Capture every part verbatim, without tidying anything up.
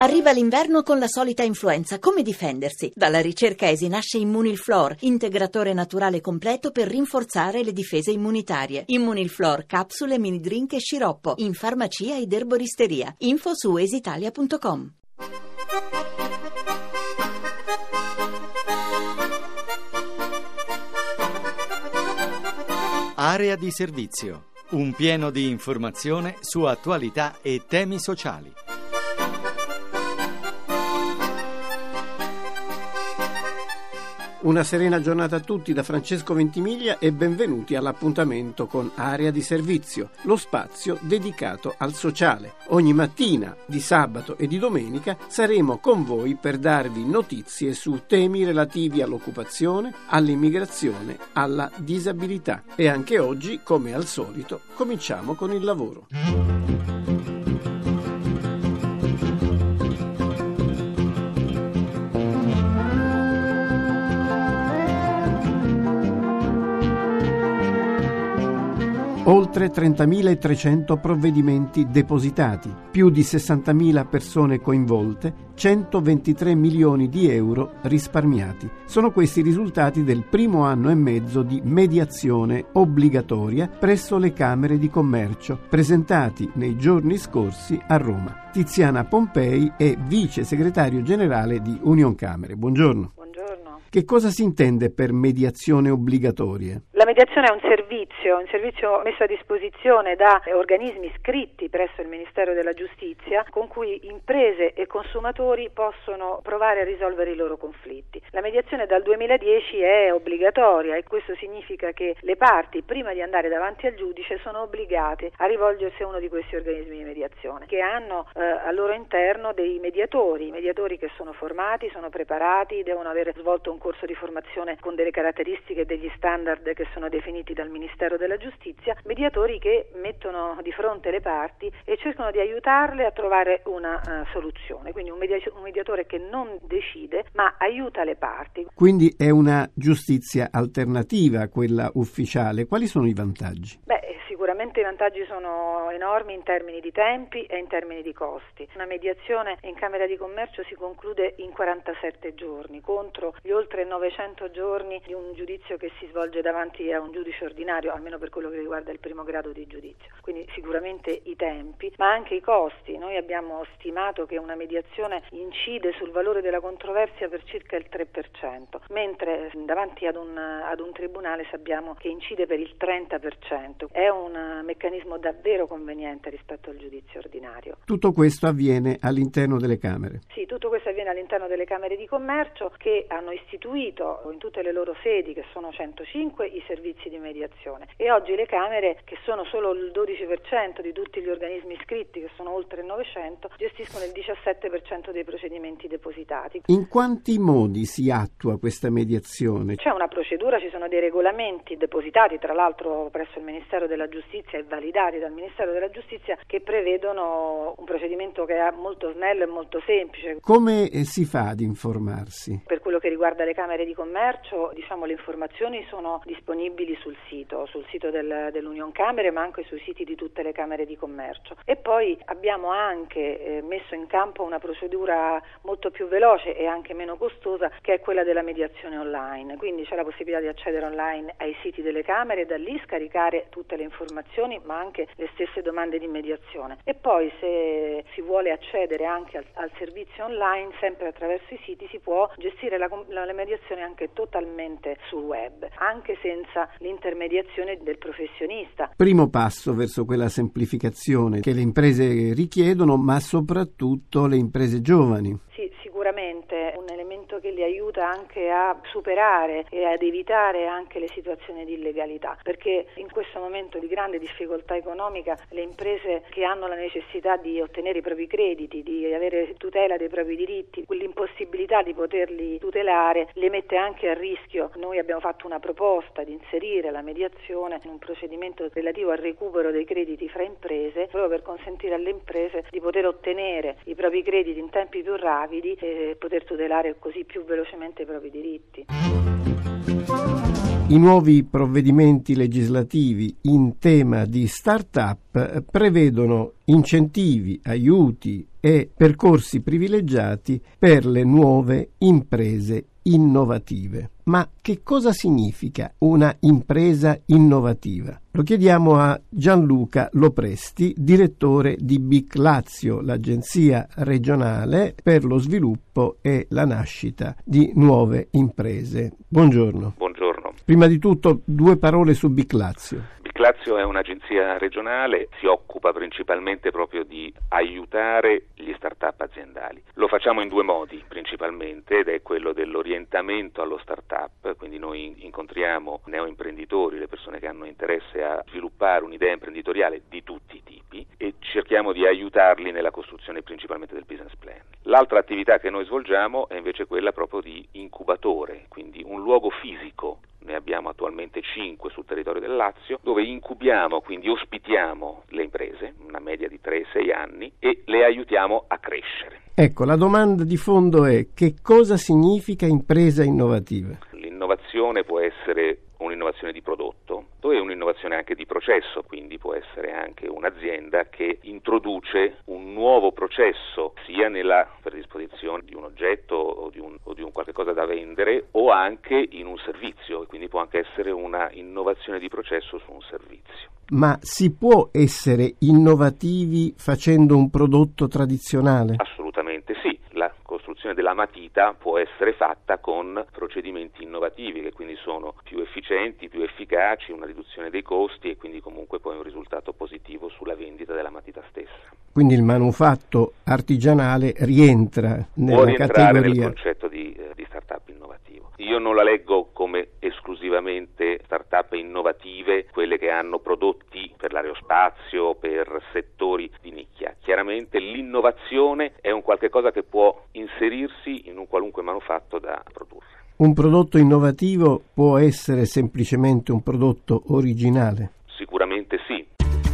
Arriva l'inverno con la solita influenza. Come difendersi? Dalla ricerca E S I nasce Immunilflor, integratore naturale completo per rinforzare le difese immunitarie. Immunilflor, capsule, mini drink e sciroppo. In farmacia ed erboristeria. Info su esitalia punto com. Area di servizio. Un pieno di informazione su attualità e temi sociali. Una serena giornata a tutti da Francesco Ventimiglia e benvenuti all'appuntamento con Area di Servizio, lo spazio dedicato al sociale. Ogni mattina, di sabato e di domenica, saremo con voi per darvi notizie su temi relativi all'occupazione, all'immigrazione, alla disabilità. E anche oggi, come al solito, cominciamo con il lavoro. Oltre trentamilatrecento provvedimenti depositati, più di sessantamila persone coinvolte, centoventitré milioni di euro risparmiati. Sono questi i risultati del primo anno e mezzo di mediazione obbligatoria presso le Camere di Commercio, presentati nei giorni scorsi a Roma. Tiziana Pompei è vice segretario generale di Unioncamere. Buongiorno. Che cosa si intende per mediazione obbligatoria? La mediazione è un servizio, un servizio messo a disposizione da organismi iscritti presso il Ministero della Giustizia con cui imprese e consumatori possono provare a risolvere i loro conflitti. La mediazione dal duemiladieci è obbligatoria e questo significa che le parti, prima di andare davanti al giudice, sono obbligate a rivolgersi a uno di questi organismi di mediazione che hanno eh, al loro interno dei mediatori, mediatori che sono formati, sono preparati, devono aver svolto un corso di formazione con delle caratteristiche e degli standard che sono definiti dal Ministero della Giustizia, mediatori che mettono di fronte le parti e cercano di aiutarle a trovare una uh, soluzione. Quindi un, media- un mediatore che non decide ma aiuta le parti. Quindi è una giustizia alternativa a quella ufficiale. Quali sono i vantaggi? Beh, sicuramente i vantaggi sono enormi in termini di tempi e in termini di costi. Una mediazione in Camera di Commercio si conclude in quarantasette giorni contro gli oltre novecento giorni di un giudizio che si svolge davanti a un giudice ordinario, almeno per quello che riguarda il primo grado di giudizio. Quindi sicuramente i tempi, ma anche i costi. Noi abbiamo stimato che una mediazione incide sul valore della controversia per circa il tre per cento, mentre davanti ad un, ad un tribunale sappiamo che incide per il trenta per cento. È un meccanismo davvero conveniente rispetto al giudizio ordinario. Tutto questo avviene all'interno delle Camere? Sì, tutto questo avviene all'interno delle Camere di Commercio che hanno istituito in tutte le loro sedi, che sono centocinque, i servizi di mediazione. E oggi le Camere, che sono solo il dodici per cento di tutti gli organismi iscritti, che sono oltre novecento, gestiscono il diciassette per cento dei procedimenti depositati. In quanti modi si attua questa mediazione? C'è una procedura, ci sono dei regolamenti depositati, tra l'altro presso il Ministero della Giustizia e validati dal Ministero della Giustizia, che prevedono un procedimento che è molto snello e molto semplice. Come si fa ad informarsi? Per quello che riguarda le Camere di Commercio, diciamo, le informazioni sono disponibili sul sito, sul sito del, dell'Unioncamere, ma anche sui siti di tutte le Camere di Commercio. E poi abbiamo anche eh, messo in campo una procedura molto più veloce e anche meno costosa, che è quella della mediazione online. Quindi c'è la possibilità di accedere online ai siti delle Camere e da lì scaricare tutte le informazioni, ma anche le stesse domande di mediazione. E poi se si vuole accedere anche al, al servizio online, sempre attraverso i siti, si può gestire la, la, la mediazione anche totalmente sul web, anche senza l'intermediazione del professionista. Primo passo verso quella semplificazione che le imprese richiedono, ma soprattutto le imprese giovani. Sì, sicuramente un elemento che li aiuta anche a superare e ad evitare anche le situazioni di illegalità, perché in questo momento di grande difficoltà economica le imprese che hanno la necessità di ottenere i propri crediti, di avere tutela dei propri diritti, l'impossibilità di poterli tutelare le mette anche a rischio. Noi abbiamo fatto una proposta di inserire la mediazione in un procedimento relativo al recupero dei crediti fra imprese, proprio per consentire alle imprese di poter ottenere i propri crediti in tempi più rapidi e poter tutelare così più velocemente i propri diritti. I nuovi provvedimenti legislativi in tema di start-up prevedono incentivi, aiuti e percorsi privilegiati per le nuove imprese innovative. Ma che cosa significa una impresa innovativa? Lo chiediamo a Gianluca Lopresti, direttore di B I C Lazio, l'agenzia regionale per lo sviluppo e la nascita di nuove imprese. Buongiorno. Buongiorno. Prima di tutto, due parole su B I C Lazio. B I C Lazio è un'agenzia regionale, si occupa principalmente proprio di aiutare gli start-up aziendali. Lo facciamo in due modi principalmente, ed è quello dell'orientamento allo start-up, quindi noi incontriamo neoimprenditori, le persone che hanno interesse a sviluppare un'idea imprenditoriale di tutti i tipi e cerchiamo di aiutarli nella costruzione principalmente del business plan. L'altra attività che noi svolgiamo è invece quella proprio di incubatore, quindi un luogo fisico. Ne abbiamo attualmente cinque sul territorio del Lazio, dove incubiamo, quindi ospitiamo le imprese, una media di tre sei anni, e le aiutiamo a crescere. Ecco, la domanda di fondo è: che cosa significa impresa innovativa? L'innovazione può essere un'innovazione di prodotto e un'innovazione anche di processo, quindi può essere anche un'azienda che introduce un nuovo processo sia nella predisposizione di un oggetto o di un, o di un qualche cosa da vendere o anche in un servizio, e quindi può anche essere una innovazione di processo su un servizio. Ma si può essere innovativi facendo un prodotto tradizionale? Assolutamente sì. La costruzione della matita può essere fatta con procedimenti innovativi che quindi sono più efficienti, più efficaci, una riduzione dei costi e quindi comunque poi un risultato positivo sulla vendita della matita stessa. Quindi il manufatto artigianale rientra nella può rientrare categoria nel concetto di, eh, di startup innovativo. Io non la leggo come esclusivamente startup innovative, quelle che hanno prodotti per l'aerospazio, per settori di nicchia. Chiaramente l'innovazione è un qualche cosa che può inserirsi in un qualunque manufatto da produrre. Un prodotto innovativo può essere semplicemente un prodotto originale? Sicuramente sì.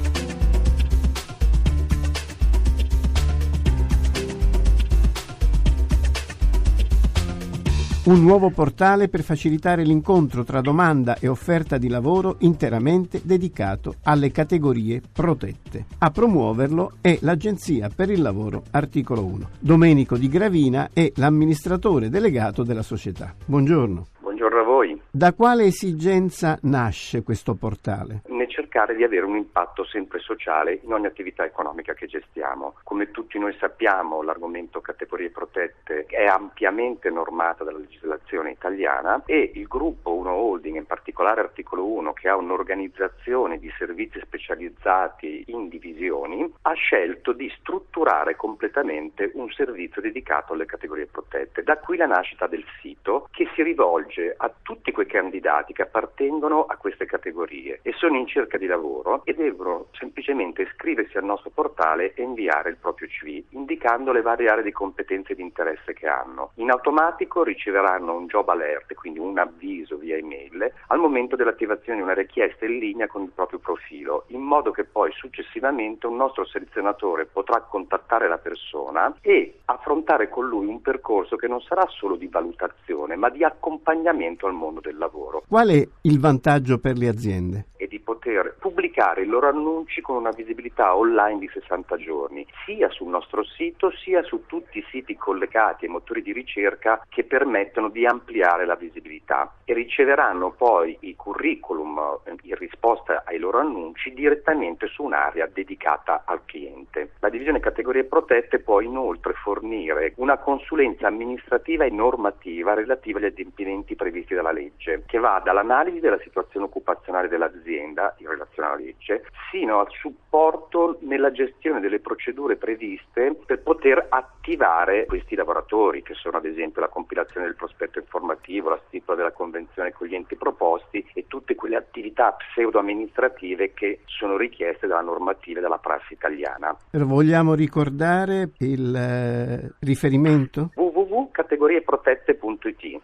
Un nuovo portale per facilitare l'incontro tra domanda e offerta di lavoro interamente dedicato alle categorie protette. A promuoverlo è l'Agenzia per il Lavoro Articolo uno. Domenico Di Gravina è l'amministratore delegato della società. Buongiorno. Buongiorno a voi. Da quale esigenza nasce questo portale? Nel cercare di avere un impatto sempre sociale in ogni attività economica che gestiamo. Come tutti noi sappiamo, l'argomento categorie protette è ampiamente normato dalla legislazione italiana e il gruppo Uno Holding, in particolare Articolo uno, che ha un'organizzazione di servizi specializzati in divisioni, ha scelto di strutturare completamente un servizio dedicato alle categorie protette. Da qui la nascita del sito, che si rivolge a tutti quei candidati che appartengono a queste categorie e sono in cerca di lavoro e devono semplicemente iscriversi al nostro portale e inviare il proprio C V indicando le varie aree di competenze e di interesse che hanno. In automatico riceveranno un job alert, quindi un avviso via email, al momento dell'attivazione di una richiesta in linea con il proprio profilo, in modo che poi successivamente un nostro selezionatore potrà contattare la persona e affrontare con lui un percorso che non sarà solo di valutazione ma di accompagnamento al mondo del lavoro. Qual è il vantaggio per le aziende? E di poter pubblicare i loro annunci con una visibilità online di sessanta giorni, sia sul nostro sito sia su tutti i siti collegati ai motori di ricerca che permettono di ampliare la visibilità, e riceveranno poi i curriculum in risposta ai loro annunci direttamente su un'area dedicata al cliente. La divisione categorie protette può inoltre fornire una consulenza amministrativa e normativa relativa agli adempimenti previsti dalla legge, che va dall'analisi della situazione occupazionale dell'azienda in relazione alla legge sino al supporto nella gestione delle procedure previste per poter attivare questi lavoratori, che sono ad esempio la compilazione del prospetto informativo, la stipula della convenzione con gli enti proposti e tutte quelle attività pseudo-amministrative che sono richieste dalla normativa e dalla prassi italiana. Vogliamo ricordare il eh, riferimento? w w w punto categorie protette punto i t.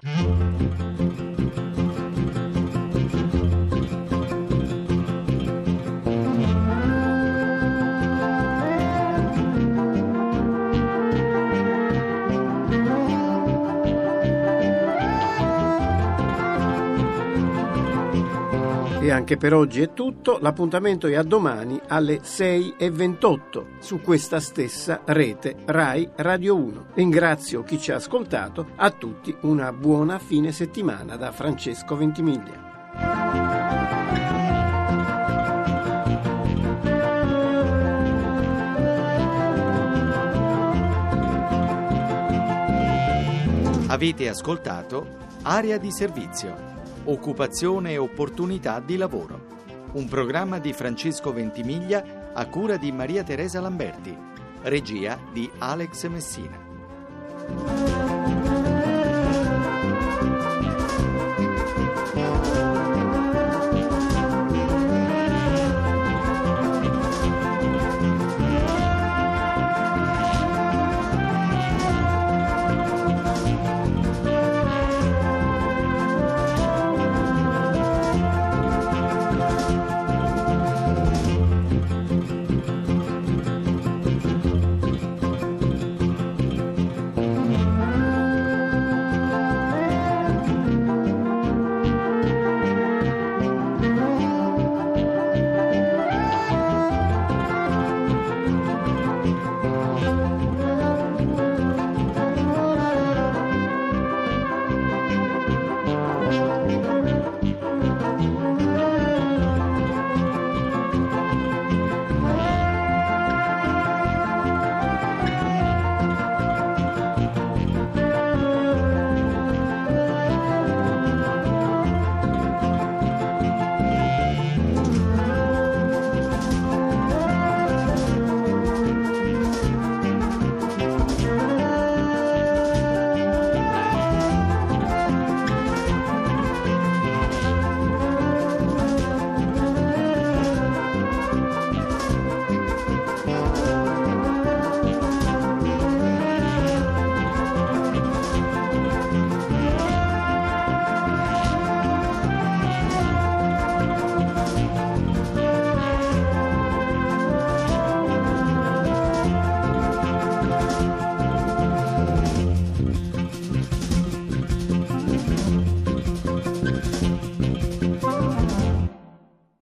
E anche per oggi è tutto, l'appuntamento è a domani alle sei e ventotto su questa stessa rete Rai Radio uno. Ringrazio chi ci ha ascoltato, a tutti una buona fine settimana da Francesco Ventimiglia. Avete ascoltato Area di Servizio. Occupazione e opportunità di lavoro. Un programma di Francesco Ventimiglia a cura di Maria Teresa Lamberti. Regia di Alex Messina.